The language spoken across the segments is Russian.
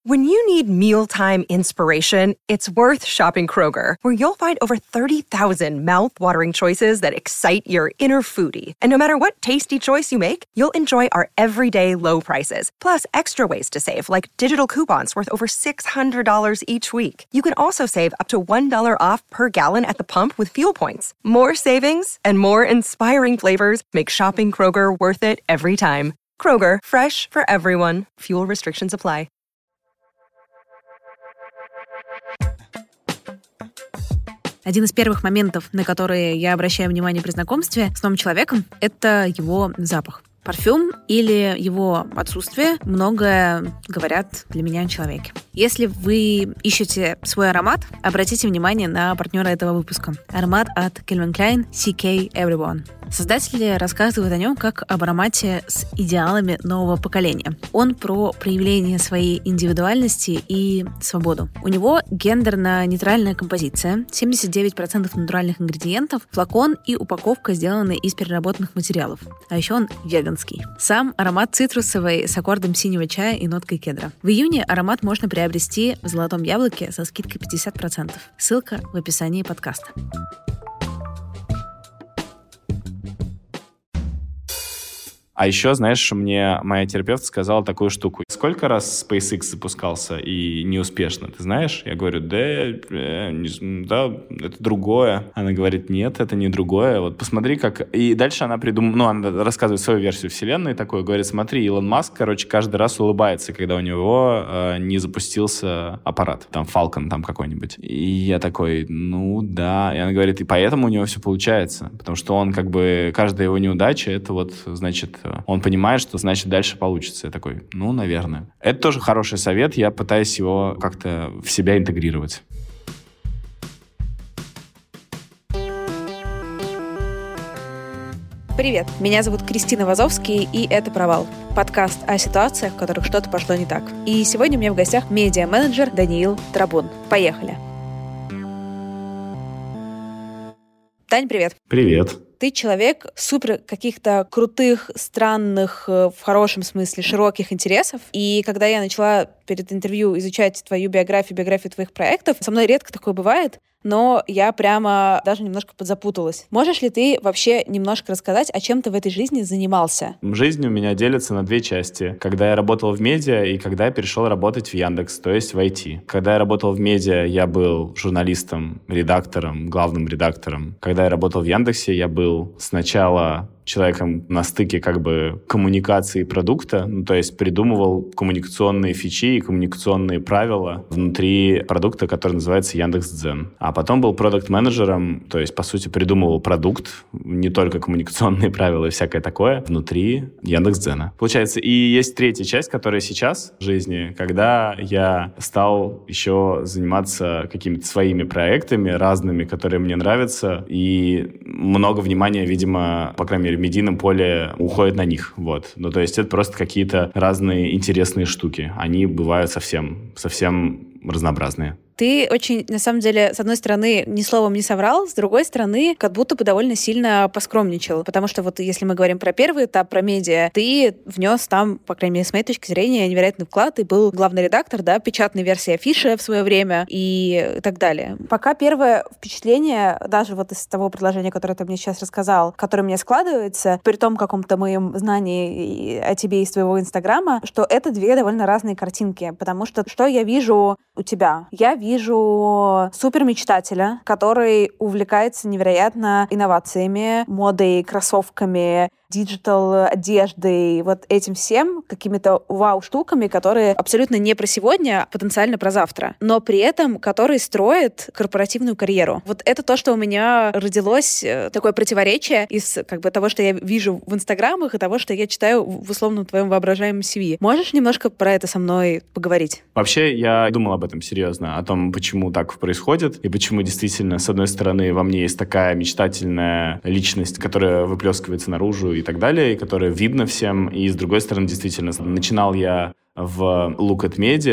When you need mealtime inspiration, it's worth shopping Kroger, where you'll find over 30,000 mouth-watering choices that excite your inner foodie. And no matter what tasty choice you make, you'll enjoy our everyday low prices, plus extra ways to save, like digital coupons worth over $600 each week. You can also save up to $1 off per gallon at the pump with fuel points. More savings and more inspiring flavors make shopping Kroger worth it every time. Kroger, fresh for everyone. Fuel restrictions apply. Один из первых моментов, на которые я обращаю внимание при знакомстве с новым человеком, это его запах. Парфюм или его отсутствие многое говорят для меня о человеке. Если вы ищете свой аромат, обратите внимание на партнера этого выпуска. Аромат от Calvin Klein CK Everyone. Создатели рассказывают о нем как об аромате с идеалами нового поколения. Он про проявление своей индивидуальности и свободу. У него гендерно-нейтральная композиция, 79% натуральных ингредиентов, флакон и упаковка сделаны из переработанных материалов. А еще он веганский. Сам аромат цитрусовый с аккордом синего чая и ноткой кедра. В июне аромат можно приобрести в «Золотом яблоке» со скидкой 50%. Ссылка в описании подкаста. А еще, знаешь, мне моя терапевт сказала такую штуку. Сколько раз SpaceX запускался и неуспешно, ты знаешь? Я говорю, да, это другое. Она говорит, нет, это не другое. Вот посмотри, как... И дальше она она рассказывает свою версию вселенной такой, говорит, смотри, Илон Маск, каждый раз улыбается, когда у него не запустился аппарат. Там Falcon там какой-нибудь. И я такой, да. И она говорит, и поэтому у него все получается. Потому что он каждая его неудача, это вот, значит... Он понимает, что значит дальше получится. Я такой, наверное. Это тоже хороший совет. Я пытаюсь его как-то в себя интегрировать. Привет, меня зовут Кристина Вазовский, и это «Провал» — подкаст о ситуациях, в которых что-то пошло не так. И сегодня у меня в гостях медиа-менеджер Даниил Трабун. Поехали. Тань, привет. Привет. Ты человек супер каких-то крутых, странных, в хорошем смысле, широких интересов. И когда я начала перед интервью изучать твою биографию твоих проектов, со мной редко такое бывает, но я прямо даже немножко подзапуталась. Можешь ли ты вообще немножко рассказать, о чем ты в этой жизни занимался? Жизнь у меня делится на две части. Когда я работал в медиа и когда я перешел работать в Яндекс, то есть в IT. Когда я работал в медиа, я был журналистом, редактором, главным редактором. Когда я работал в Яндексе, я был сначала человеком на стыке коммуникации продукта, то есть придумывал коммуникационные фичи и коммуникационные правила внутри продукта, который называется Яндекс.Дзен. А потом был продакт-менеджером, то есть, по сути, придумывал продукт, не только коммуникационные правила и всякое такое, внутри Яндекс.Дзена. Получается, и есть третья часть, которая сейчас в жизни, когда я стал еще заниматься какими-то своими проектами разными, которые мне нравятся, и много внимания, видимо, по крайней мере, в медийном поле уходит на них. Вот. То есть это просто какие-то разные интересные штуки. Они бывают совсем разнообразные. Ты очень, на самом деле, с одной стороны, ни словом не соврал, с другой стороны, как будто бы довольно сильно поскромничал. Потому что вот если мы говорим про первый этап, про медиа, ты внес там, по крайней мере, с моей точки зрения, невероятный вклад. Ты был главный редактор, печатной версии афиши в свое время и так далее. Пока первое впечатление, даже вот из того предложения, которое ты мне сейчас рассказал, которое у меня складывается, при том каком-то моем знании о тебе из твоего Инстаграма, что это две довольно разные картинки. Потому что я вижу у тебя? Я вижу супермечтателя, который увлекается невероятно инновациями, модой, кроссовками, диджитал-одеждой, вот этим всем, какими-то вау-штуками, которые абсолютно не про сегодня, а потенциально про завтра, но при этом которые строят корпоративную карьеру. Вот это то, что у меня родилось, такое противоречие из того, что я вижу в инстаграмах, и того, что я читаю в условном твоем воображаемом CV. Можешь немножко про это со мной поговорить? Вообще, я думал об этом серьезно, о том, почему так происходит, и почему действительно, с одной стороны, во мне есть такая мечтательная личность, которая выплескивается наружу и так далее, и которая видно всем, и с другой стороны, действительно, начинал я в Look at Media,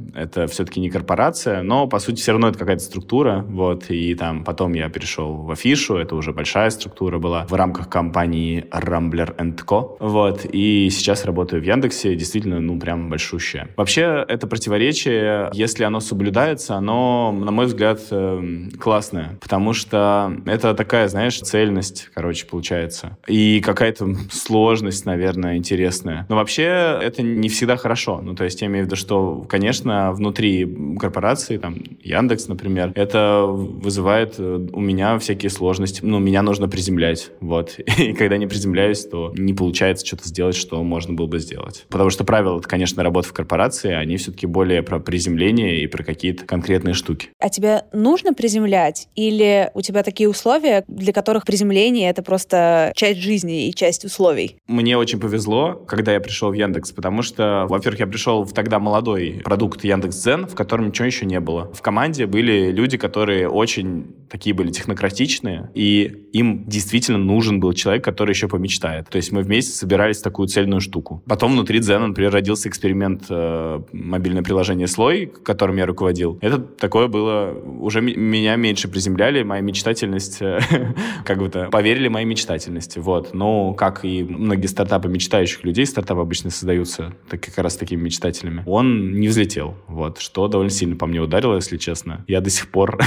это все-таки не корпорация, но, по сути, все равно это какая-то структура, вот, и там потом я перешел в Афишу, это уже большая структура была в рамках компании Rambler & Co., вот, и сейчас работаю в Яндексе, действительно, ну, прям большущее. Вообще, это противоречие, если оно соблюдается, оно, на мой взгляд, классное, потому что это такая, знаешь, цельность, короче, получается, и какая-то сложность, наверное, интересная. Но вообще, это не всегда хорошо, ну, то есть я имею в виду, что, конечно, внутри корпорации, там, Яндекс, например, это вызывает у меня всякие сложности. Ну, меня нужно приземлять, вот. И когда не приземляюсь, то не получается что-то сделать, что можно было бы сделать. Потому что правила, это, конечно, работа в корпорации, они все-таки более про приземление и про какие-то конкретные штуки. А тебе нужно приземлять? Или у тебя такие условия, для которых приземление — это просто часть жизни и часть условий? Мне очень повезло, когда я пришел в Яндекс, потому что, во-первых, я пришел в тогда молодой продукт Яндекс.Дзен, в котором ничего еще не было. В команде были люди, которые очень такие были технократичные, и им действительно нужен был человек, который еще помечтает. То есть мы вместе собирались в такую цельную штуку. Потом внутри Дзена, например, родился эксперимент мобильное приложение «Слой», которым я руководил. Это такое было... Уже меня меньше приземляли, моя мечтательность... Как бы-то поверили моей мечтательности. Вот. Но, как и многие стартапы мечтающих людей, стартапы обычно создаются как раз такими мечтателями, он не взлетел. Вот. Что довольно сильно по мне ударило, если честно. Я до сих пор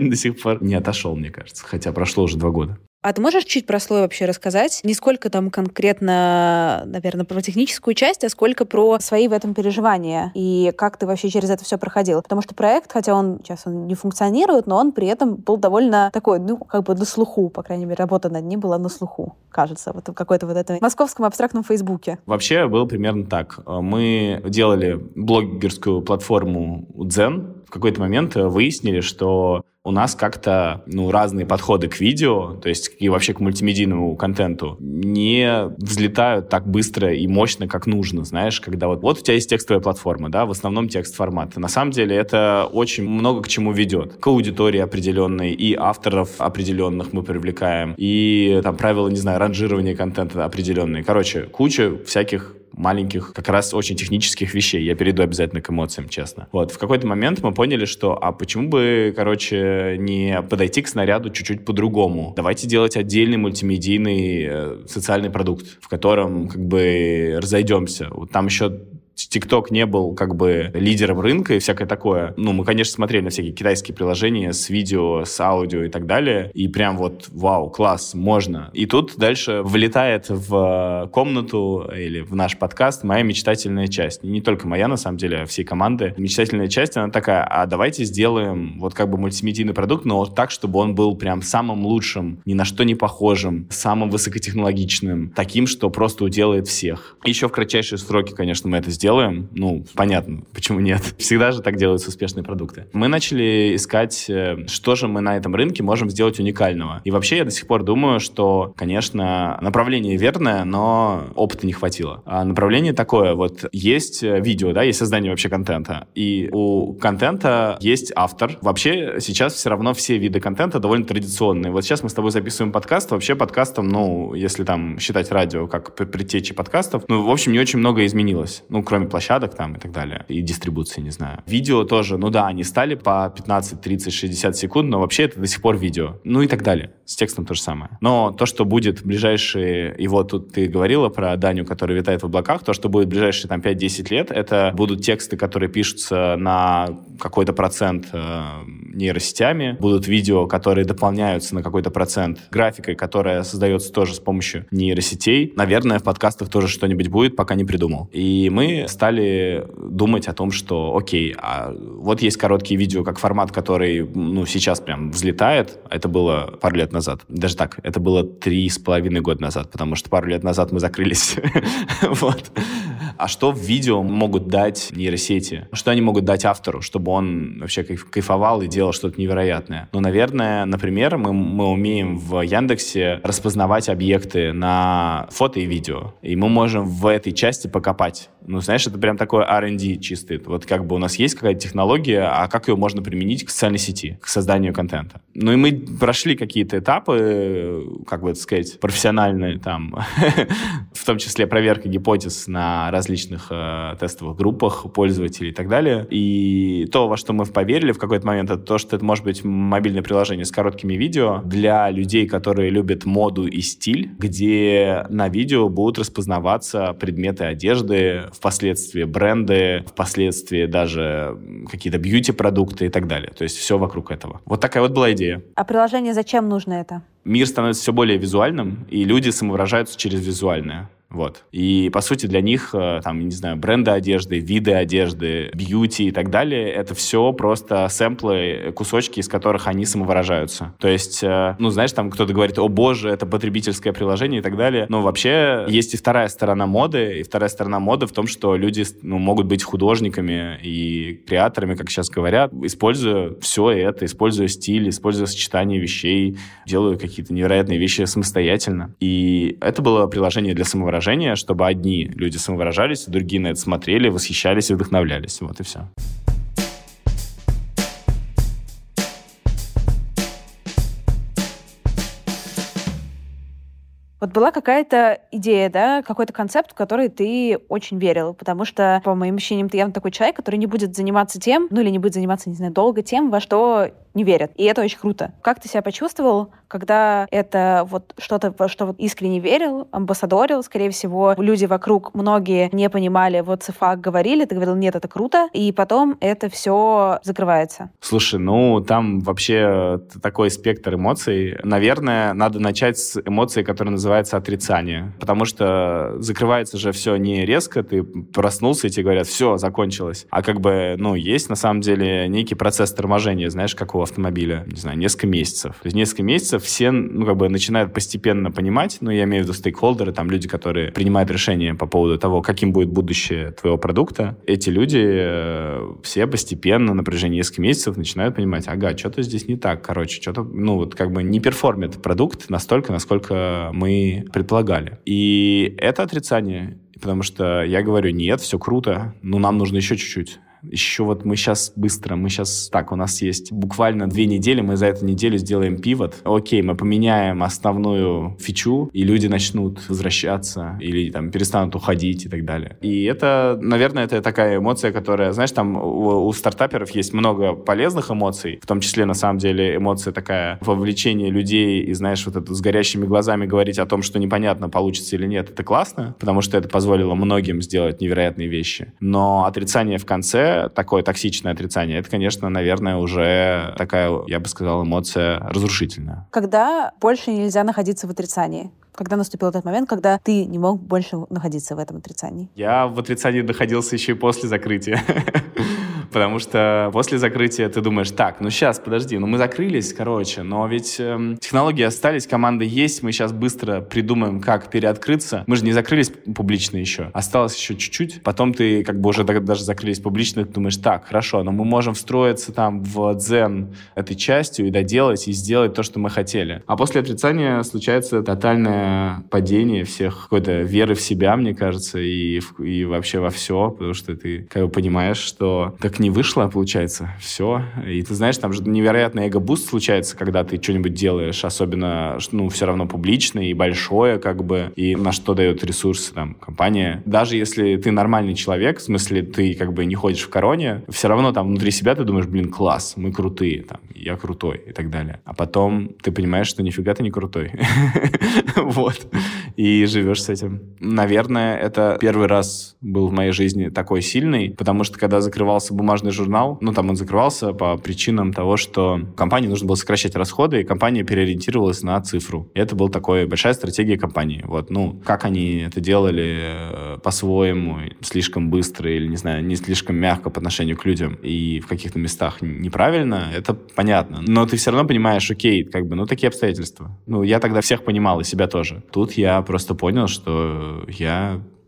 не отошел, мне кажется. Хотя прошло уже 2 года. А ты можешь чуть про слой вообще рассказать? Не сколько там конкретно, наверное, про техническую часть, а сколько про свои в этом переживания и как ты вообще через это все проходил. Потому что проект, хотя сейчас он не функционирует, но он при этом был довольно такой, ну, как бы на слуху, по крайней мере, работа над ним была на слуху, кажется, вот в какой-то вот этом московском абстрактном Фейсбуке. Вообще было примерно так. Мы делали блогерскую платформу Дзен. В какой-то момент выяснили, что у нас как-то, разные подходы к видео, то есть и вообще к мультимедийному контенту, не взлетают так быстро и мощно, как нужно, знаешь, когда вот у тебя есть текстовая платформа, да, в основном текст-формат. На самом деле это очень много к чему ведет. К аудитории определенной, и авторов определенных мы привлекаем, и там правила, не знаю, ранжирования контента определенные. Короче, куча всяких маленьких, как раз очень технических вещей. Я перейду обязательно к эмоциям, честно. Вот. В какой-то момент мы поняли, что, почему бы, не подойти к снаряду чуть-чуть по-другому? Давайте делать отдельный мультимедийный социальный продукт, в котором разойдемся. Вот там еще TikTok не был лидером рынка и всякое такое. Мы, конечно, смотрели на всякие китайские приложения с видео, с аудио и так далее. И прям вау, класс, можно. И тут дальше влетает в комнату или в наш подкаст моя мечтательная часть. И не только моя, на самом деле, а всей команды. Мечтательная часть, она такая, давайте сделаем мультимедийный продукт, но так, чтобы он был прям самым лучшим, ни на что не похожим, самым высокотехнологичным, таким, что просто уделает всех. Еще в кратчайшие сроки, конечно, мы это сделаем. Понятно, почему нет. Всегда же так делаются успешные продукты. Мы начали искать, что же мы на этом рынке можем сделать уникального. И вообще я до сих пор думаю, что, конечно, направление верное, но опыта не хватило. А направление такое, есть видео, да, есть создание вообще контента. И у контента есть автор. Вообще сейчас все равно все виды контента довольно традиционные. Вот сейчас мы с тобой записываем подкаст. Вообще подкастом, если там считать радио как предтечи подкастов, в общем, не очень много изменилось. Кроме площадок там и так далее. И дистрибуции, не знаю. Видео тоже, они стали по 15, 30, 60 секунд, но вообще это до сих пор видео. И так далее. С текстом то же самое. Но то, что будет в ближайшие... И вот тут ты говорила про Даню, который витает в облаках. То, что будет в ближайшие 5-10 лет, это будут тексты, которые пишутся на какой-то процент нейросетями. Будут видео, которые дополняются на какой-то процент графикой, которая создается тоже с помощью нейросетей. Наверное, в подкастах тоже что-нибудь будет, пока не придумал. И мы стали думать о том, что окей, вот есть короткие видео как формат, который, сейчас прям взлетает. Это было пару лет назад. Даже так, это было 3,5 года назад, потому что пару лет назад мы закрылись. Вот. А что в видео могут дать нейросети? Что они могут дать автору, чтобы он вообще кайфовал и делал что-то невероятное? Наверное, например, мы умеем в Яндексе распознавать объекты на фото и видео. И мы можем в этой части покопать Ну, знаешь, это прям такой R&D чистый. Вот как бы у нас есть какая-то технология, а как ее можно применить к социальной сети, к созданию контента? Ну, и мы прошли какие-то этапы, как бы это сказать, профессиональные там, в том числе проверка гипотез на различных тестовых группах пользователей и так далее. И то, во что мы поверили в какой-то момент, это то, что это может быть мобильное приложение с короткими видео для людей, которые любят моду и стиль, где на видео будут распознаваться предметы одежды, впоследствии бренды, впоследствии даже какие-то бьюти-продукты и так далее. То есть все вокруг этого. Вот такая вот была идея. А приложение зачем нужно это? Мир становится все более визуальным, и люди самовыражаются через визуальное. Вот. И, по сути, для них, там, не знаю, бренды одежды, виды одежды, бьюти и так далее, это все просто сэмплы, кусочки, из которых они самовыражаются. То есть, ну, знаешь, там кто-то говорит, о боже, это потребительское приложение и так далее. Но вообще есть и вторая сторона моды, и вторая сторона моды в том, что люди могут быть художниками и креаторами, как сейчас говорят, используя все это, используя стиль, используя сочетание вещей, делают какие-то невероятные вещи самостоятельно. И это было приложение для самовыражения, чтобы одни люди самовыражались, другие на это смотрели, восхищались и вдохновлялись. Вот и все. Вот была какая-то идея, да, какой-то концепт, в который ты очень верил, потому что, по моим ощущениям, ты явно такой человек, который не будет заниматься тем, ну или не будет заниматься, не знаю, долго тем, во что не верят. И это очень круто. Как ты себя почувствовал, когда это вот что-то, во что вот искренне верил, амбассадорил, скорее всего, люди вокруг, многие не понимали, вот ЦФАК говорили, ты говорил, нет, это круто, и потом это все закрывается. Слушай, ну там вообще такой спектр эмоций. Наверное, надо начать с эмоции, которая называется отрицание, потому что закрывается же все не резко, ты проснулся, и тебе говорят, все, закончилось. А как бы, ну, есть на самом деле некий процесс торможения, знаешь, как у автомобиля, не знаю, несколько месяцев. То есть несколько месяцев все, ну, как бы начинают постепенно понимать, ну, я имею в виду стейкхолдеры, там люди, которые принимают решения по поводу того, каким будет будущее твоего продукта. Эти люди все постепенно на протяжении нескольких месяцев начинают понимать, ага, что-то здесь не так, короче, что-то, ну, вот как бы не перформит продукт настолько, насколько мы предполагали. И это отрицание, потому что я говорю, нет, все круто, но нам нужно еще чуть-чуть. Еще вот мы сейчас так, у нас есть буквально 2 недели, мы за эту неделю сделаем пивот. Окей, мы поменяем основную фичу, и люди начнут возвращаться или там перестанут уходить и так далее. И это, наверное, это такая эмоция, которая, знаешь, там у стартаперов есть много полезных эмоций, в том числе, на самом деле, эмоция такая вовлечение людей и, знаешь, вот это с горящими глазами говорить о том, что непонятно, получится или нет, это классно, потому что это позволило многим сделать невероятные вещи. Но отрицание в конце, такое токсичное отрицание, это, конечно, наверное, уже такая, я бы сказал, эмоция разрушительная. Когда больше нельзя находиться в отрицании? Когда наступил этот момент, когда ты не мог больше находиться в этом отрицании? Я в отрицании находился еще и после закрытия. Потому что после закрытия ты думаешь, так, ну сейчас, подожди, ну мы закрылись, короче, но ведь технологии остались, команда есть, мы сейчас быстро придумаем, как переоткрыться. Мы же не закрылись публично еще, осталось еще чуть-чуть. Потом ты как бы уже даже закрылись публично, ты думаешь, так, хорошо, но мы можем встроиться там в дзен этой частью и доделать, и сделать то, что мы хотели. А после отрицания случается тотальное падение всех какой-то веры в себя, мне кажется, и вообще во все, потому что ты как бы понимаешь, что так не вышло, получается, все. И ты знаешь, там же невероятный эго-буст случается, когда ты что-нибудь делаешь, особенно, ну, все равно публичное и большое, как бы, и на что дает ресурсы там компания. Даже если ты нормальный человек, в смысле, ты как бы не ходишь в короне, все равно там внутри себя ты думаешь, блин, класс, мы крутые, там, я крутой и так далее. А потом ты понимаешь, что нифига ты не крутой. Вот. И живешь с этим. Наверное, это первый раз был в моей жизни такой сильный, потому что когда закрывался бумажный журнал, ну, там он закрывался по причинам того, что компании нужно было сокращать расходы, и компания переориентировалась на цифру. И это была такая большая стратегия компании. Вот, ну, как они это делали по-своему, слишком быстро или, не знаю, не слишком мягко по отношению к людям и в каких-то местах неправильно, это понятно. Но ты все равно понимаешь, окей, как бы, ну, такие обстоятельства. Ну, я тогда всех понимал, и себя тоже. Тут я просто понял, что я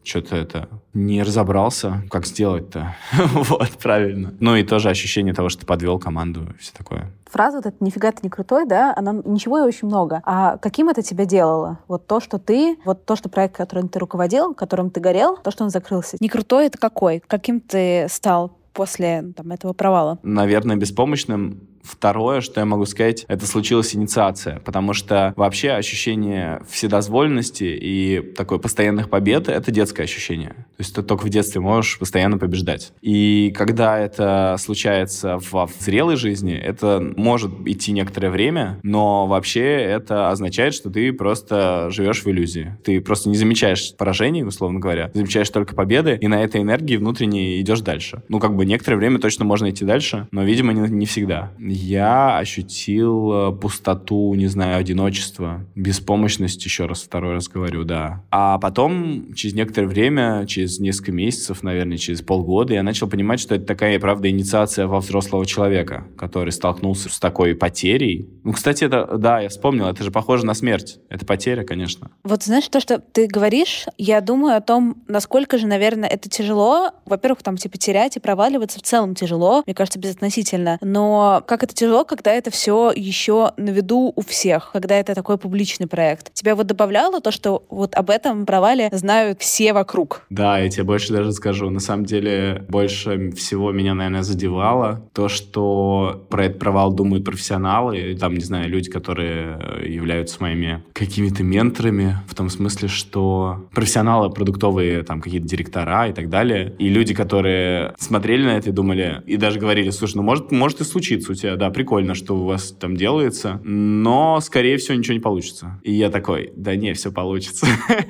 что-то не разобрался, как сделать-то. Вот, правильно. Ну и тоже ощущение того, что ты подвел команду и все такое. Фраза вот эта «нифига ты не крутой», да, она ничего и очень много. А каким это тебя делало? Вот то, что проект, которым ты руководил, которым ты горел, то, что он закрылся. Не крутой — это какой? Каким ты стал после этого провала? Наверное, беспомощным. Второе, что я могу сказать, это случилась инициация, потому что вообще ощущение вседозволенности и такой постоянных побед — это детское ощущение. То есть ты только в детстве можешь постоянно побеждать. И когда это случается в зрелой жизни, это может идти некоторое время, но вообще это означает, что ты просто живешь в иллюзии. Ты просто не замечаешь поражений, условно говоря, замечаешь только победы, и на этой энергии внутренней идешь дальше. Некоторое время точно можно идти дальше, но, видимо, не всегда. Я ощутил пустоту, не знаю, одиночество, беспомощность, еще раз, второй раз говорю, да. А потом, через некоторое время, через несколько месяцев, наверное, через полгода, я начал понимать, что это такая, правда, инициация во взрослого человека, который столкнулся с такой потерей. Кстати, я вспомнил, это же похоже на смерть. Это потеря, конечно. Вот знаешь, то, что ты говоришь, я думаю о том, насколько же, наверное, это тяжело. Во-первых, терять и проваливаться в целом тяжело, мне кажется, безотносительно. Но как это тяжело, когда это все еще на виду у всех, когда это такой публичный проект. Тебя добавляло то, что об этом провале знают все вокруг? Да, я тебе больше даже скажу. На самом деле, больше всего меня, наверное, задевало то, что про этот провал думают профессионалы, люди, которые являются моими какими-то менторами, в том смысле, что профессионалы продуктовые, какие-то директора и так далее, и люди, которые смотрели на это и думали, и даже говорили: слушай, может и случится у тебя, да, прикольно, что у вас там делается, но, скорее всего, ничего не получится. И я такой: да не, все получится.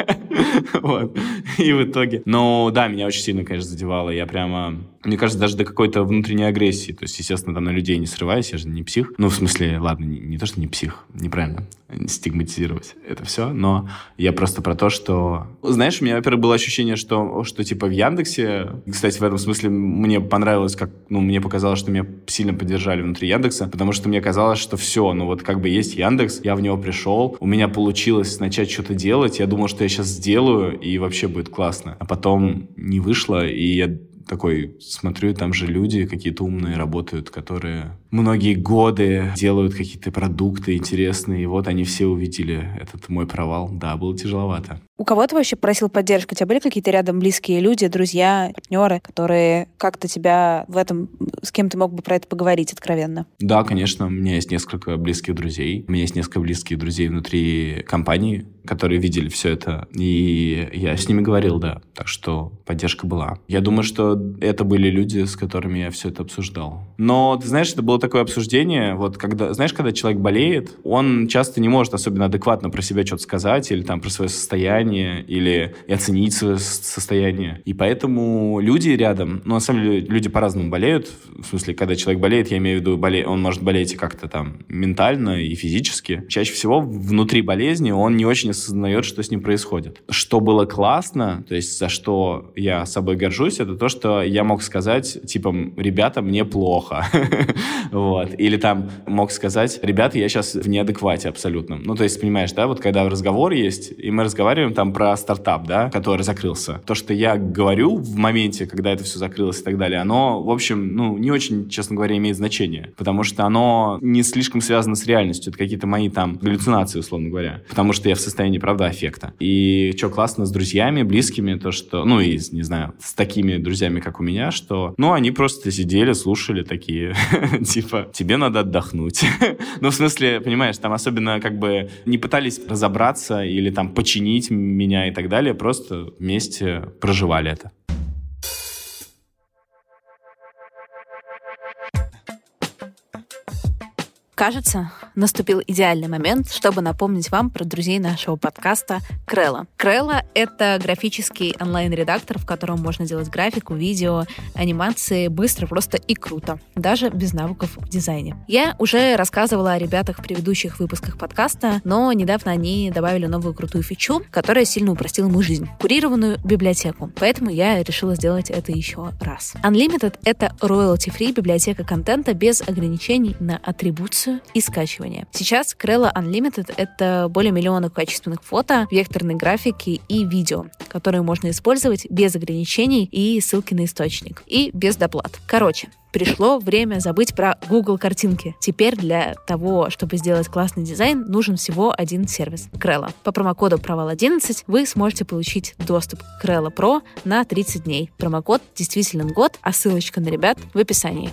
И в итоге... меня очень сильно, конечно, задевало. Я прямо... Мне кажется, даже до какой-то внутренней агрессии. То есть, естественно, на людей не срываюсь, я же не псих. В смысле, ладно, не то, что не псих, неправильно стигматизировать это все, но я просто про то, что... Знаешь, у меня, во-первых, было ощущение, что в Яндексе... Кстати, в этом смысле мне понравилось, мне показалось, что меня сильно поддержали внутри Яндекса, потому что мне казалось, что все, есть Яндекс, я в него пришел, у меня получилось начать что-то делать, я думал, что я сейчас сделаю, и вообще будет классно. А потом не вышло, и я такой смотрю, там же люди какие-то умные работают, которые многие годы делают какие-то продукты интересные, и вот они все увидели этот мой провал. Да, было тяжеловато. У кого ты вообще просил поддержку? У тебя были какие-то рядом близкие люди, друзья, партнеры, которые как-то тебя в этом... С кем ты мог бы про это поговорить откровенно? Да, конечно. У меня есть несколько близких друзей. У меня есть несколько близких друзей внутри компании, которые видели все это. И я с ними говорил, да. Так что поддержка была. Я думаю, что это были люди, с которыми я все это обсуждал. Но, ты знаешь, это было такое обсуждение, когда человек болеет, он часто не может особенно адекватно про себя что-то сказать или про свое состояние, или оценить свое состояние. И поэтому люди рядом, на самом деле люди по-разному болеют. В смысле, когда человек болеет, я имею в виду, он может болеть и как-то ментально и физически. Чаще всего внутри болезни он не очень осознает, что с ним происходит. Что было классно, то есть за что я собой горжусь, это то, что я мог сказать, ребята, мне плохо. Или мог сказать: ребята, я сейчас в неадеквате абсолютном. То есть, понимаешь, да, когда разговор есть, и мы разговариваем про стартап, да, который закрылся. То, что я говорю в моменте, когда это все закрылось и так далее, оно, в общем, не очень, честно говоря, имеет значение. Потому что оно не слишком связано с реальностью. Это какие-то мои галлюцинации, условно говоря. Потому что я в состоянии, правда, аффекта. И что классно с друзьями, близкими, то, что, и, не знаю, с такими друзьями, как у меня, что, они просто сидели, слушали такие, тебе надо отдохнуть. В смысле, понимаешь, особенно не пытались разобраться или починить меня и так далее, просто вместе проживали это. Кажется, наступил идеальный момент, чтобы напомнить вам про друзей нашего подкаста Крелла. Крелла — это графический онлайн-редактор, в котором можно делать графику, видео, анимации быстро, просто и круто, даже без навыков в дизайне. Я уже рассказывала о ребятах в предыдущих выпусках подкаста, но недавно они добавили новую крутую фичу, которая сильно упростила мою жизнь — курированную библиотеку. Поэтому я решила сделать это еще раз. Unlimited — это royalty-free библиотека контента без ограничений на атрибуцию и скачивание. оборудования. Сейчас Crello Unlimited — это более миллиона качественных фото, векторной графики и видео, которые можно использовать без ограничений и ссылки на источник, и без доплат. Короче, пришло время забыть про Google картинки. Теперь для того, чтобы сделать классный дизайн, нужен всего один сервис — Crello. По промокоду «Провал11» вы сможете получить доступ к Crello Pro на 30 дней. Промокод действителен год, а ссылочка на ребят в описании.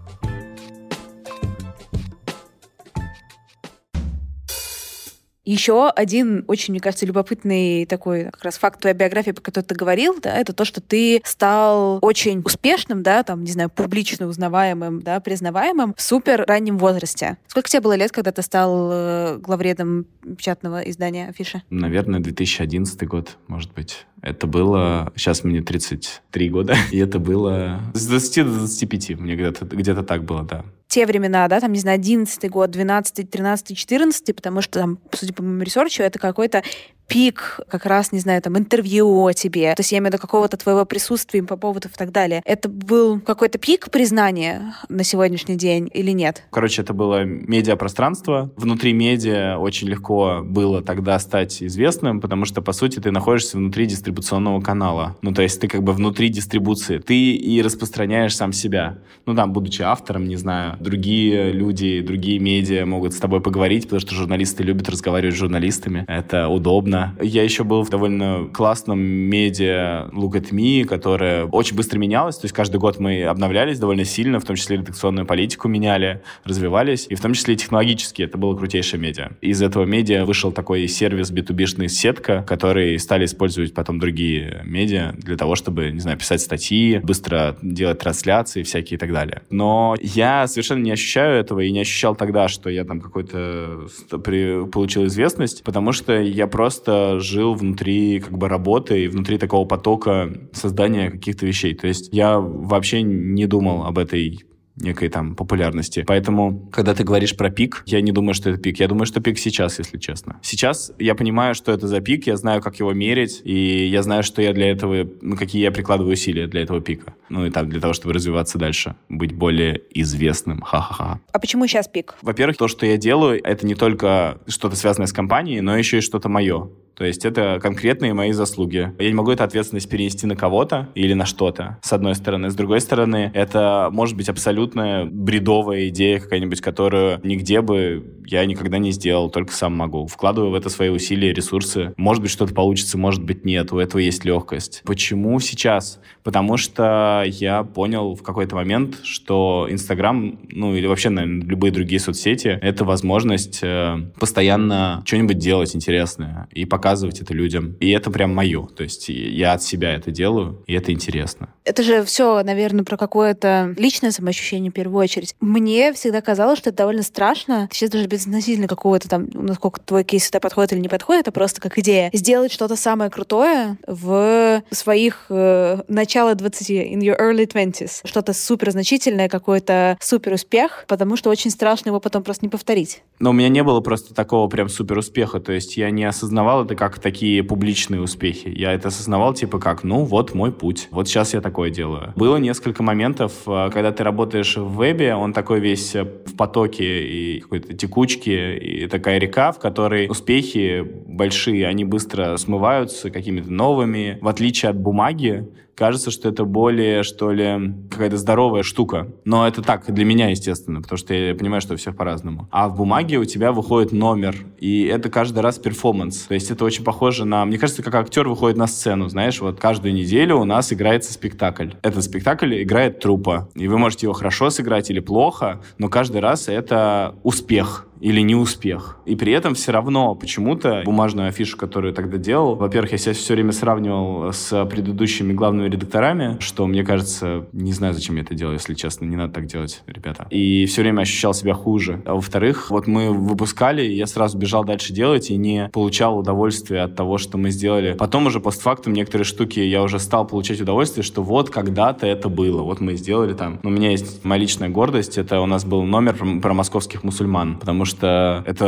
Еще один очень, мне кажется, любопытный такой как раз факт твоей биографии, по которой ты говорил, да, это то, что ты стал очень успешным, да, там, не знаю, публично узнаваемым, да, признаваемым в супер раннем возрасте. Сколько тебе было лет, когда ты стал главредом печатного издания «Афиша»? Наверное, 2011 год, может быть. Это было... Сейчас мне 33 года, и это было с 20 до 25. Мне где-то так было, да. Те времена, да, там, не знаю, 11-й год, 12-й, 13-й, 14-й, потому что там, судя по моему ресерчу, это какой-то пик, как раз, не знаю, там, интервью о тебе, то есть я имею в виду какого-то твоего присутствия по поводу и так далее. Это был какой-то пик признания на сегодняшний день или нет? Короче, это было медиапространство. Внутри медиа очень легко было тогда стать известным, потому что, по сути, ты находишься внутри дистрибуционного канала. Ну, то есть ты как бы внутри дистрибуции. Ты и распространяешь сам себя. Ну, там, будучи автором, не знаю, другие люди, другие медиа могут с тобой поговорить, потому что журналисты любят разговаривать с журналистами. Это удобно. Я еще был в довольно классном медиа Look at Me, которое очень быстро менялось. То есть каждый год мы обновлялись довольно сильно, в том числе редакционную политику меняли, развивались, и в том числе и технологически. Это было крутейшее медиа. Из этого медиа вышел такой сервис B2B-шный «Сетка», который стали использовать потом другие медиа для того, чтобы, не знаю, писать статьи, быстро делать трансляции всякие и так далее. Но я совершенно не ощущаю этого и не ощущал тогда, что я там какой-то получил известность, потому что я просто жил внутри как бы работы и внутри такого потока создания каких-то вещей. То есть я вообще не думал об этой некой там популярности. Поэтому, когда ты говоришь про пик, я не думаю, что это пик. Я думаю, что пик сейчас, если честно. Сейчас я понимаю, что это за пик, я знаю, как его мерить, и я знаю, что я для этого, какие я прикладываю усилия для этого пика. Ну и там, для того, чтобы развиваться дальше, быть более известным. Ха-ха-ха. А почему сейчас пик? Во-первых, то, что я делаю, это не только что-то связанное с компанией, но еще и что-то мое. То есть это конкретные мои заслуги. Я не могу эту ответственность перенести на кого-то или на что-то, с одной стороны. С другой стороны, это может быть абсолютно бредовая идея какая-нибудь, которую нигде бы я никогда не сделал, только сам могу. Вкладываю в это свои усилия, ресурсы. Может быть, что-то получится, может быть, нет. У этого есть легкость. Почему сейчас? Потому что я понял в какой-то момент, что Инстаграм, ну или вообще, наверное, любые другие соцсети, это возможность постоянно что-нибудь делать интересное и показывать это людям. И это прям мое. То есть я от себя это делаю, и это интересно. Это же все, наверное, про какое-то личное самоощущение в первую очередь. Мне всегда казалось, что это довольно страшно. Сейчас даже безотносительно какого-то там, насколько твой кейс сюда подходит или не подходит, это просто как идея. Сделать что-то самое крутое в своих начало 20, in your early 20s. Что-то супер значительное, какой-то супер успех, потому что очень страшно его потом просто не повторить. Но у меня не было просто такого прям супер успеха. То есть я не осознавал это как такие публичные успехи. Я это осознавал типа как, ну вот мой путь. Вот сейчас я такое делаю. Было несколько моментов, когда ты работаешь в вебе, он такой весь в потоке и какой-то текучке, и такая река, в которой успехи большие, они быстро смываются какими-то новыми. В отличие от бумаги, кажется, что это более, что ли, какая-то здоровая штука. Но это так, для меня, естественно, потому что я понимаю, что у всех по-разному. А в бумаге у тебя выходит номер, и это каждый раз перформанс. То есть это очень похоже на... Мне кажется, как актер выходит на сцену, знаешь, вот каждую неделю у нас играется спектакль. Этот спектакль играет труппа. И вы можете его хорошо сыграть или плохо, но каждый раз это успех или не успех. И при этом все равно почему-то бумажную афишу, которую я тогда делал, во-первых, я себя все время сравнивал с предыдущими главными редакторами, что, мне кажется, не знаю, зачем я это делаю, если честно, не надо так делать, ребята. И все время ощущал себя хуже. А во-вторых, вот мы выпускали, я сразу бежал дальше делать и не получал удовольствия от того, что мы сделали. Потом уже постфактум некоторые штуки я уже стал получать удовольствие, что вот когда-то это было, вот мы сделали там. У меня есть моя личная гордость, это у нас был номер про московских мусульман, потому что это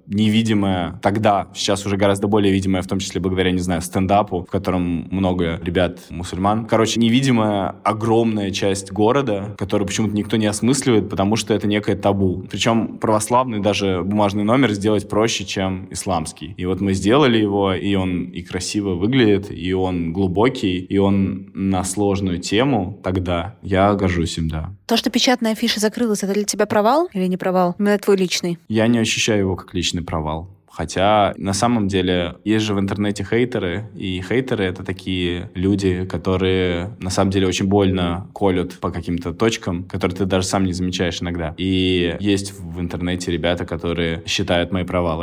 невидимая тогда, сейчас уже гораздо более видимая, в том числе благодаря, не знаю, стендапу, в котором много ребят мусульман. Короче, невидимая огромная часть города, которую почему-то никто не осмысливает, потому что это некое табу. Причем православный даже бумажный номер сделать проще, чем исламский. И вот мы сделали его, и он и красиво выглядит, и он глубокий, и он на сложную тему тогда. Я горжусь им, да. То, что печатная афиша закрылась, это для тебя провал или не провал? Именно твой личный? Я не ощущаю его как личный провал. Хотя, на самом деле, есть же в интернете хейтеры, и хейтеры — это такие люди, которые, на самом деле, очень больно колют по каким-то точкам, которые ты даже сам не замечаешь иногда. И есть в интернете ребята, которые считают мои провалы.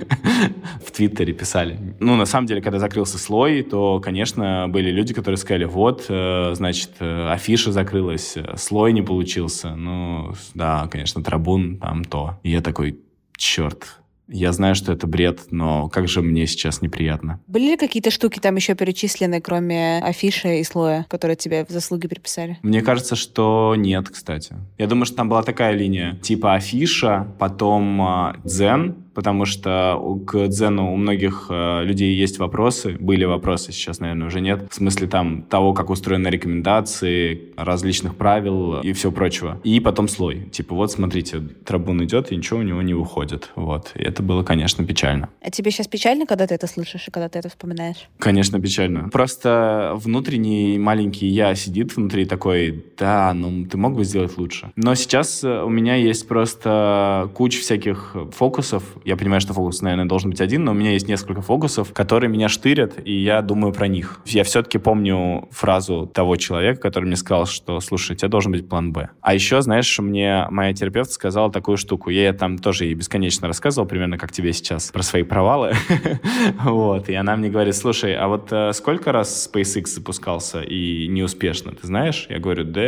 В Твиттере писали. На самом деле, когда закрылся слой, то, конечно, были люди, которые сказали, вот, значит, афиша закрылась, слой не получился. Да, конечно, трабун, там то. И я такой, черт. Я знаю, что это бред, но как же мне сейчас неприятно. Были ли какие-то штуки там еще перечислены, кроме афиши и слоя, которые тебе в заслуги приписали? Мне кажется, что нет, кстати. Я думаю, что там была такая линия, типа афиша, потом дзен, потому что к дзену у многих людей есть вопросы, были вопросы, сейчас, наверное, уже нет, в смысле там того, как устроены рекомендации, различных правил и всего прочего. И потом слой. Типа, вот, смотрите, трабун идет, и ничего у него не выходит. Вот. И это было, конечно, печально. А тебе сейчас печально, когда ты это слышишь и когда ты это вспоминаешь? Конечно, печально. Просто внутренний маленький я сидит внутри такой, да, ты мог бы сделать лучше. Но сейчас у меня есть просто куча всяких фокусов. Я понимаю, что фокус, наверное, должен быть один, но у меня есть несколько фокусов, которые меня штырят, и я думаю про них. Я все-таки помню фразу того человека, который мне сказал, что, слушай, у тебя должен быть план «Б». А еще, знаешь, мне моя терапевт сказала такую штуку. Я там тоже ей бесконечно рассказывал, примерно как тебе сейчас, про свои провалы. Вот. И она мне говорит, слушай, а вот сколько раз SpaceX запускался и неуспешно, ты знаешь? Я говорю, да,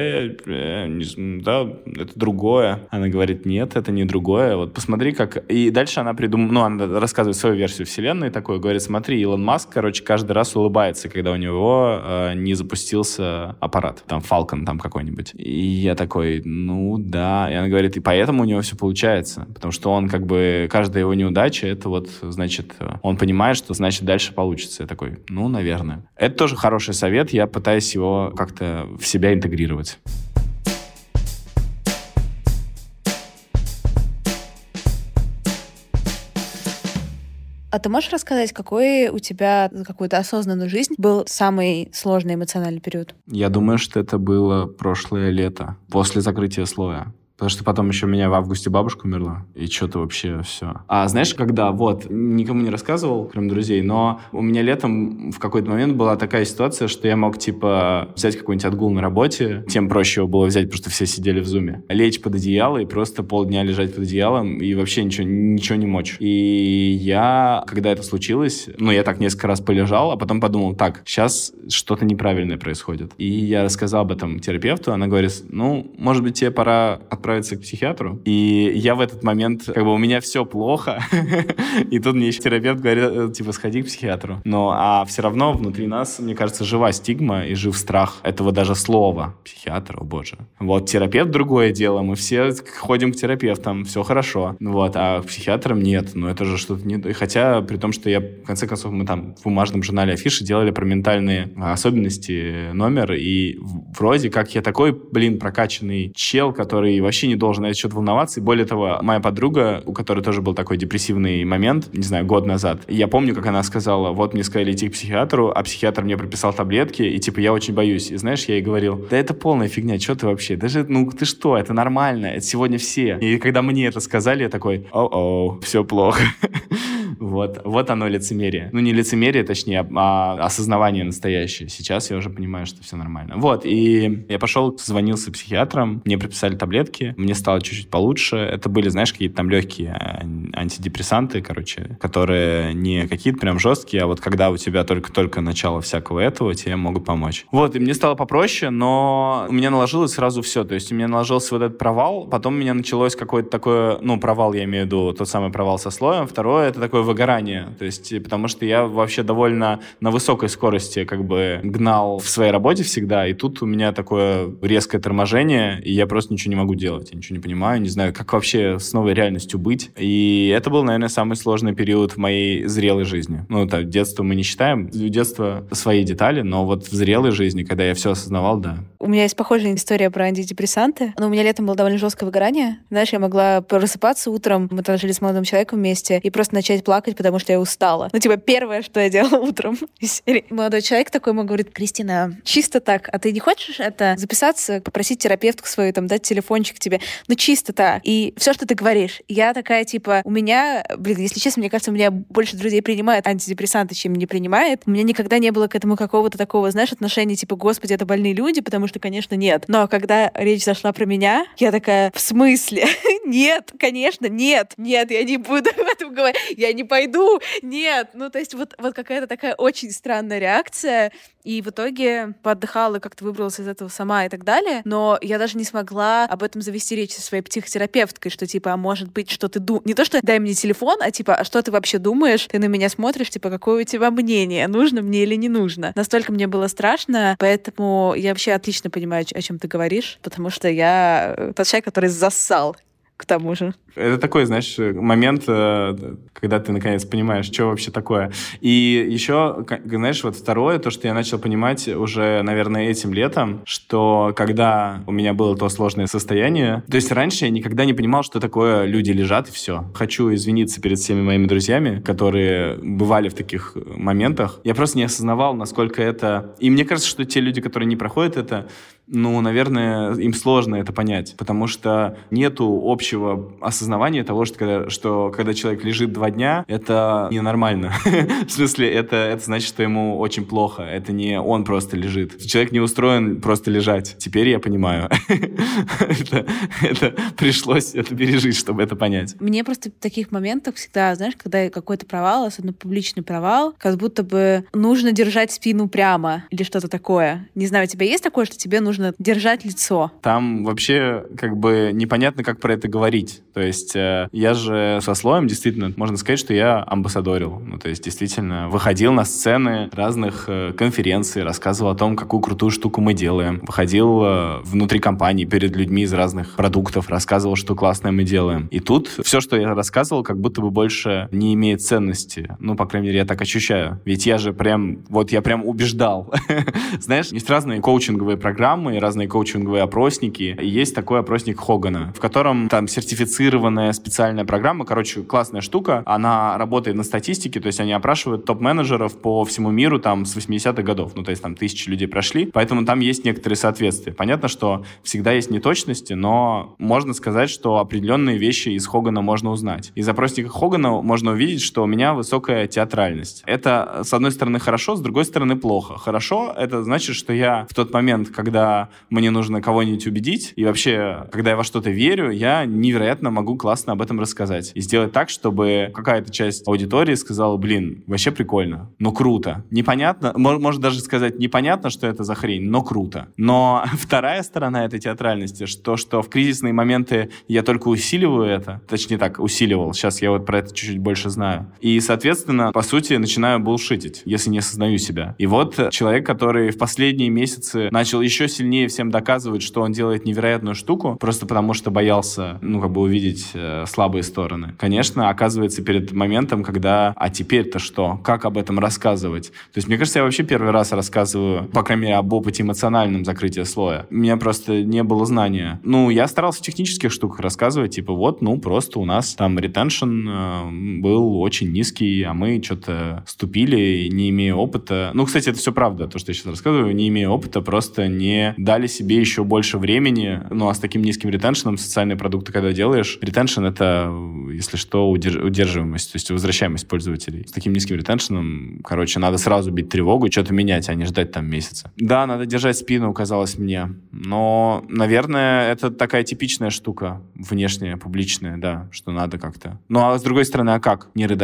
это другое. Она говорит, нет, это не другое. Вот посмотри, как... И дальше она она рассказывает свою версию вселенной такой, говорит, смотри, Илон Маск, каждый раз улыбается, когда у него не запустился аппарат, там, Falcon там какой-нибудь. И я такой, да. И она говорит, и поэтому у него все получается, потому что он каждая его неудача, это вот, значит, он понимает, что, значит, дальше получится. Я такой, наверное. Это тоже хороший совет, я пытаюсь его как-то в себя интегрировать. А ты можешь рассказать, какой у тебя за какую-то осознанную жизнь был самый сложный эмоциональный период? Я думаю, что это было прошлое лето, после закрытия слоя. Потому что потом еще у меня в августе бабушка умерла, и что-то вообще все. А знаешь, когда, никому не рассказывал, кроме друзей, но у меня летом в какой-то момент была такая ситуация, что я мог, взять какой-нибудь отгул на работе, тем проще его было взять, потому что все сидели в зуме, лечь под одеяло и просто полдня лежать под одеялом и вообще ничего не мочь. И я, когда это случилось, я так несколько раз полежал, а потом подумал, так, сейчас что-то неправильное происходит. И я рассказал об этом терапевту, она говорит, может быть, тебе пора отправиться к психиатру. И я в этот момент, у меня все плохо. И тут мне еще терапевт говорит, сходи к психиатру. А все равно внутри нас, мне кажется, жива стигма и жив страх этого даже слова. Психиатр, о боже. Вот терапевт другое дело. Мы все ходим к терапевтам, все хорошо. А к психиатрам нет. Это же что-то не... Хотя, при том, что в конце концов, мы там в бумажном журнале афиши делали про ментальные особенности номер. И вроде как я такой, прокачанный чел, который вообще не должен на этот счет волноваться. И более того, моя подруга, у которой тоже был такой депрессивный момент, не знаю, год назад, я помню, как она сказала, вот мне сказали идти к психиатру, а психиатр мне прописал таблетки, и я очень боюсь. И знаешь, я ей говорил, да это полная фигня, что ты вообще? Даже, ты что, это нормально, это сегодня все. И когда мне это сказали, я такой, все плохо. Вот оно лицемерие. Не лицемерие, точнее, а осознавание настоящее. Сейчас я уже понимаю, что все нормально. И я пошел, созвонился с психиатром, мне прописали таблетки, мне стало чуть-чуть получше. Это были, знаешь, какие-то там легкие антидепрессанты, которые не какие-то прям жесткие, а когда у тебя только начало всякого этого, тебе могут помочь. И мне стало попроще, но у меня наложилось сразу все. То есть у меня наложился вот этот провал, потом у меня началось какое-то такое, провал, я имею в виду тот самый провал со слоем. Второе, это такое такое выгорание. То есть, потому что я вообще довольно на высокой скорости как бы гнал в своей работе всегда, и тут у меня такое резкое торможение, и я просто ничего не могу делать. Я ничего не понимаю, не знаю, как вообще с новой реальностью быть. И это был, наверное, самый сложный период в моей зрелой жизни. Ну, так, детство мы не считаем. У детства свои детали, но вот в зрелой жизни, когда я все осознавал, да. У меня есть похожая история про антидепрессанты. Но у меня летом было довольно жесткое выгорание. Знаешь, я могла просыпаться утром, мы там жили с молодым человеком вместе, и просто начать плакать, потому что я устала. Ну, типа, первое, что я делала утром из серии. Молодой человек такой ему говорит: Кристина, чисто так, а ты не хочешь это записаться, попросить терапевтку свою, там, дать телефончик тебе? Ну, чисто так. И все, что ты говоришь. Я такая, типа, у меня, если честно, мне кажется, у меня больше друзей принимают антидепрессанты, чем не принимает. У меня никогда не было к этому какого-то такого, знаешь, отношения, типа, господи, это больные люди, потому что, конечно, нет. Но когда речь зашла про меня, я такая: в смысле? Нет, конечно, нет, я не буду об этом говорить, я не пойду, нет. Ну, то есть вот какая-то такая очень странная реакция, и в итоге поотдыхала, как-то выбралась из этого сама и так далее, но я даже не смогла об этом завести речь со своей психотерапевткой, что, типа, а может быть, что ты думаешь, не то, что дай мне телефон, а типа, а что ты вообще думаешь, ты на меня смотришь, типа, какое у тебя мнение, нужно мне или не нужно. Настолько мне было страшно, поэтому я вообще отлично понимаю, о чем ты говоришь, потому что я тот человек, который зассал к тому же. Это такой, знаешь, момент, когда ты наконец понимаешь, что вообще такое. И еще, знаешь, вот второе, то, что я начал понимать уже, наверное, этим летом, что когда у меня было то сложное состояние, то есть раньше я никогда не понимал, что такое люди лежат и все. Хочу извиниться перед всеми моими друзьями, которые бывали в таких моментах. Я просто не осознавал, насколько это... И мне кажется, что те люди, которые не проходят это, ну, наверное, им сложно это понять, потому что нету общего осознавания того, что когда человек лежит 2 дня, это ненормально. В смысле, это значит, что ему очень плохо. Это не он просто лежит. Человек не устроен просто лежать. Теперь я понимаю. Это пришлось это пережить, чтобы это понять. Мне просто в таких моментах всегда, знаешь, когда какой-то провал, особенно публичный провал, как будто бы нужно держать спину прямо или что-то такое. Не знаю, у тебя есть такое, что тебе нужно держать лицо? Там вообще как бы непонятно, как про это говорить. То есть я же со слоем, действительно, можно сказать, что я амбассадорил. Ну, то есть действительно выходил на сцены разных конференций, рассказывал о том, какую крутую штуку мы делаем. Выходил внутри компании перед людьми из разных продуктов, рассказывал, что классное мы делаем. И тут все, что я рассказывал, как будто бы больше не имеет ценности. Ну, по крайней мере, я так ощущаю. Ведь я же прям убеждал. Знаешь, есть разные коучинговые программы, разные коучинговые опросники. И есть такой опросник Хогана, в котором там сертифицированная специальная программа, короче, классная штука, она работает на статистике, то есть они опрашивают топ-менеджеров по всему миру там с 80-х годов, ну, то есть там 1000 людей прошли, поэтому там есть некоторые соответствия. Понятно, что всегда есть неточности, но можно сказать, что определенные вещи из Хогана можно узнать. Из опросника Хогана можно увидеть, что у меня высокая театральность. Это, с одной стороны, хорошо, с другой стороны, плохо. Хорошо, это значит, что я в тот момент, когда мне нужно кого-нибудь убедить, и вообще, когда я во что-то верю, я невероятно могу классно об этом рассказать. И сделать так, чтобы какая-то часть аудитории сказала: блин, вообще прикольно, ну круто. Непонятно, может даже сказать, непонятно, что это за хрень, но круто. Но вторая сторона этой театральности, что в кризисные моменты я только усиливаю это, точнее так, усиливал, сейчас я вот про это чуть-чуть больше знаю. И, соответственно, по сути, начинаю булшитить, если не осознаю себя. И вот человек, который в последние месяцы начал еще сильнее всем доказывать, что он делает невероятную штуку, просто потому что боялся, увидеть слабые стороны. Конечно, оказывается перед моментом, когда, а теперь-то что? Как об этом рассказывать? То есть, мне кажется, я вообще первый раз рассказываю, по крайней мере, об опыте эмоциональном закрытия слоя. У меня просто не было знания. Я старался в технических штуках рассказывать, типа, просто у нас там ретеншн был очень низкий, а мы что-то ступили, не имея опыта. Кстати, это все правда, то, что я сейчас рассказываю, не имея опыта, просто не дали себе еще больше времени. А с таким низким ретеншеном социальные продукты, когда делаешь, ретеншн — это, если что, удерживаемость, то есть возвращаемость пользователей. С таким низким ретеншеном, надо сразу бить тревогу и что-то менять, а не ждать там месяца. Да, надо держать спину, казалось мне. Но, наверное, это такая типичная штука, внешняя, публичная, да, что надо как-то. А с другой стороны, а как? Не рыдать же.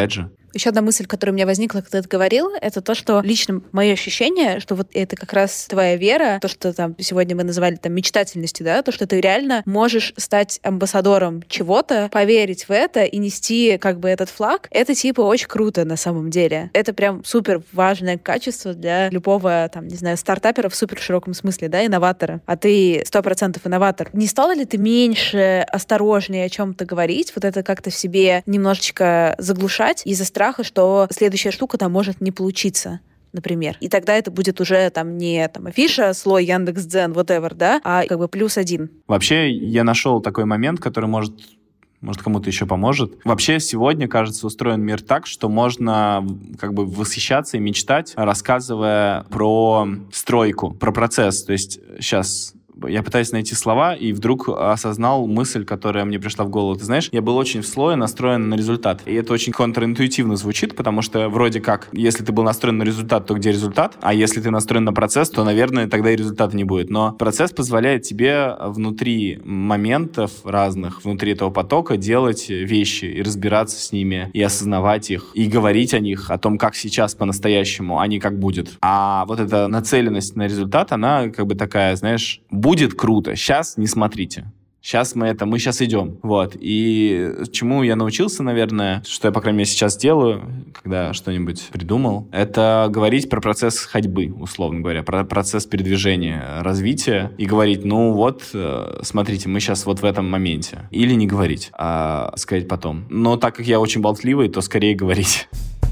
Еще одна мысль, которая у меня возникла, когда ты говорил, это то, что лично мое ощущение, что вот это как раз твоя вера, то, что там сегодня мы называли там мечтательностью, да, то, что ты реально можешь стать амбассадором чего-то, поверить в это и нести как бы этот флаг, это типа очень круто на самом деле. Это прям супер важное качество для любого, там, не знаю, стартапера в супер широком смысле, да, инноватора. А ты 100% инноватор. Не стала ли ты меньше осторожнее о чем-то говорить, вот это как-то в себе немножечко заглушать из-за страха, что следующая штука там может не получиться, например. И тогда это будет уже там не там афиша, слой, Яндекс.Дзен, whatever, да, а как бы +1. Вообще, я нашел такой момент, который может кому-то еще поможет. Вообще, сегодня, кажется, устроен мир так, что можно как бы восхищаться и мечтать, рассказывая про стройку, про процесс. То есть сейчас я пытаюсь найти слова, и вдруг осознал мысль, которая мне пришла в голову. Ты знаешь, я был очень в слое настроен на результат. И это очень контринтуитивно звучит, потому что вроде как, если ты был настроен на результат, то где результат? А если ты настроен на процесс, то, наверное, тогда и результата не будет. Но процесс позволяет тебе внутри моментов разных, внутри этого потока делать вещи и разбираться с ними, и осознавать их, и говорить о них, о том, как сейчас по-настоящему, а не как будет. А вот эта нацеленность на результат, она как бы такая, знаешь, будет круто, сейчас не смотрите. Сейчас мы сейчас идем. Вот. И чему я научился, наверное, что я, по крайней мере, сейчас делаю, когда что-нибудь придумал, это говорить про процесс ходьбы, условно говоря, про процесс передвижения, развития, и говорить, ну вот, смотрите, мы сейчас вот в этом моменте. Или не говорить, а сказать потом. Но так как я очень болтливый, то скорее говорить.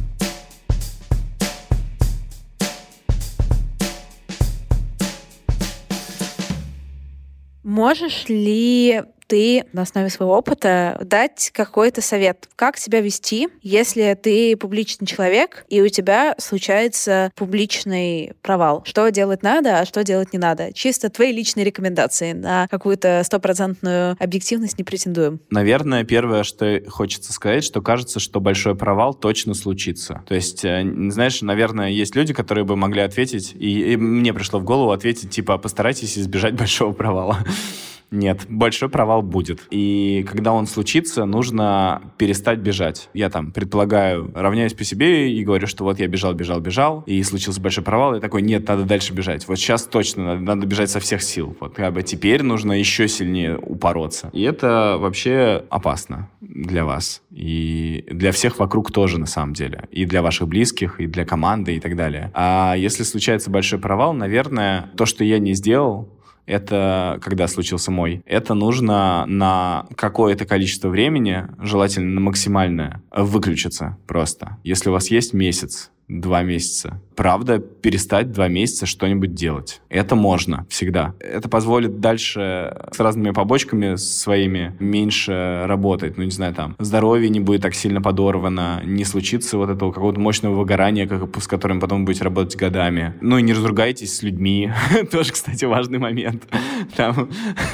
Можешь ли ты на основе своего опыта дать какой-то совет, как себя вести, если ты публичный человек, и у тебя случается публичный провал? Что делать надо, а что делать не надо? Чисто твои личные рекомендации. На какую-то 100% объективность не претендуем. Наверное, первое, что хочется сказать, что кажется, что большой провал точно случится. То есть, знаешь, наверное, есть люди, которые бы могли ответить, и мне пришло в голову ответить, типа, постарайтесь избежать большого провала. Нет, большой провал будет. И когда он случится, нужно перестать бежать. Я там, предполагаю, равняюсь по себе и говорю, что вот я бежал, и случился большой провал. И такой, нет, надо дальше бежать. Вот сейчас точно надо бежать со всех сил. Вот как бы теперь нужно еще сильнее упороться. И это вообще опасно для вас. И для всех вокруг тоже, на самом деле. И для ваших близких, и для команды, и так далее. А если случается большой провал, наверное, то, что я не сделал, это, когда случился мой, это нужно на какое-то количество времени, желательно на максимальное, выключиться просто. Если у вас есть месяц, 2 месяца. Правда, перестать 2 месяца что-нибудь делать. Это можно всегда. Это позволит дальше с разными побочками своими меньше работать. Ну, не знаю, там, здоровье не будет так сильно подорвано, не случится вот этого какого-то мощного выгорания, с которым потом будете работать годами. Ну, и не разругайтесь с людьми. Тоже, кстати, важный момент. Там,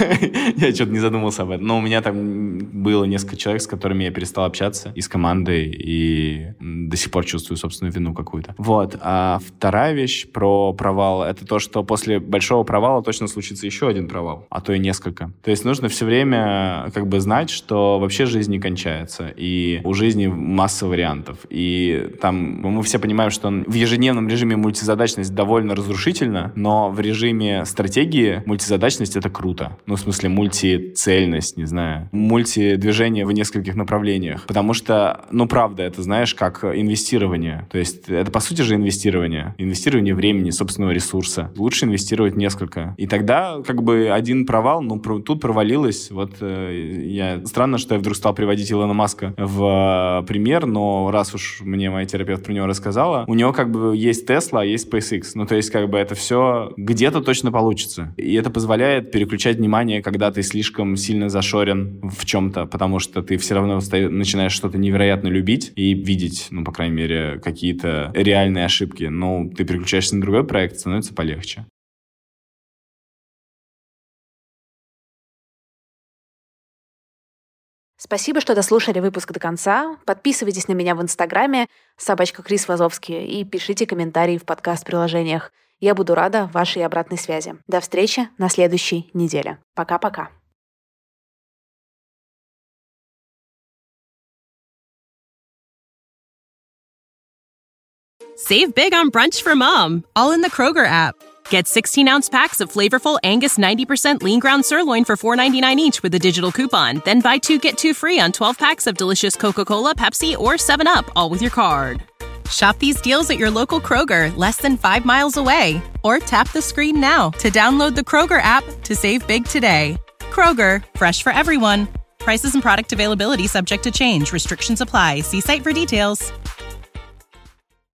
я что-то не задумался об этом. Но у меня там было несколько человек, с которыми я перестал общаться, и с командой, и до сих пор чувствую собственную вину какую-то. Вот. А вторая вещь про провал — это то, что после большого провала точно случится еще один провал, а то и несколько. То есть нужно все время как бы знать, что вообще жизнь не кончается, и у жизни масса вариантов. И там мы все понимаем, что в ежедневном режиме мультизадачность довольно разрушительна, но в режиме стратегии мультизадачность — это круто. Ну, в смысле, мультицельность, не знаю, мультидвижение в нескольких направлениях. Потому что, ну, правда, это, знаешь, как инвестирование. То есть это, по сути же, инвестирование. Инвестирование времени, собственного ресурса. Лучше инвестировать несколько. И тогда, как бы, один провал, ну, тут провалилось. Вот странно, что я вдруг стал приводить Илона Маска в пример, но раз уж мне моя терапевт про него рассказала, у него, как бы, есть Tesla, а есть SpaceX. Ну, то есть, как бы, это все где-то точно получится. И это позволяет переключать внимание, когда ты слишком сильно зашорен в чем-то, потому что ты все равно начинаешь что-то невероятно любить и видеть, ну, по крайней мере, какие-то реальные ошибки. Но ты переключаешься на другой проект, становится полегче. Спасибо, что дослушали выпуск до конца. Подписывайтесь на меня в Инстаграме @Крис Вазовский и пишите комментарии в подкаст-приложениях. Я буду рада вашей обратной связи. До встречи на следующей неделе. Пока-пока. Save big on brunch for mom, all in the Kroger app. Get 16-ounce packs of flavorful Angus 90% lean ground sirloin for $4.99 each with a digital coupon. Then buy 2, get 2 free on 12 packs of delicious Coca-Cola, Pepsi, or 7-Up, all with your card. Shop these deals at your local Kroger, less than 5 miles away. Or tap the screen now to download the Kroger app to save big today. Kroger, fresh for everyone. Prices and product availability subject to change. Restrictions apply. See site for details.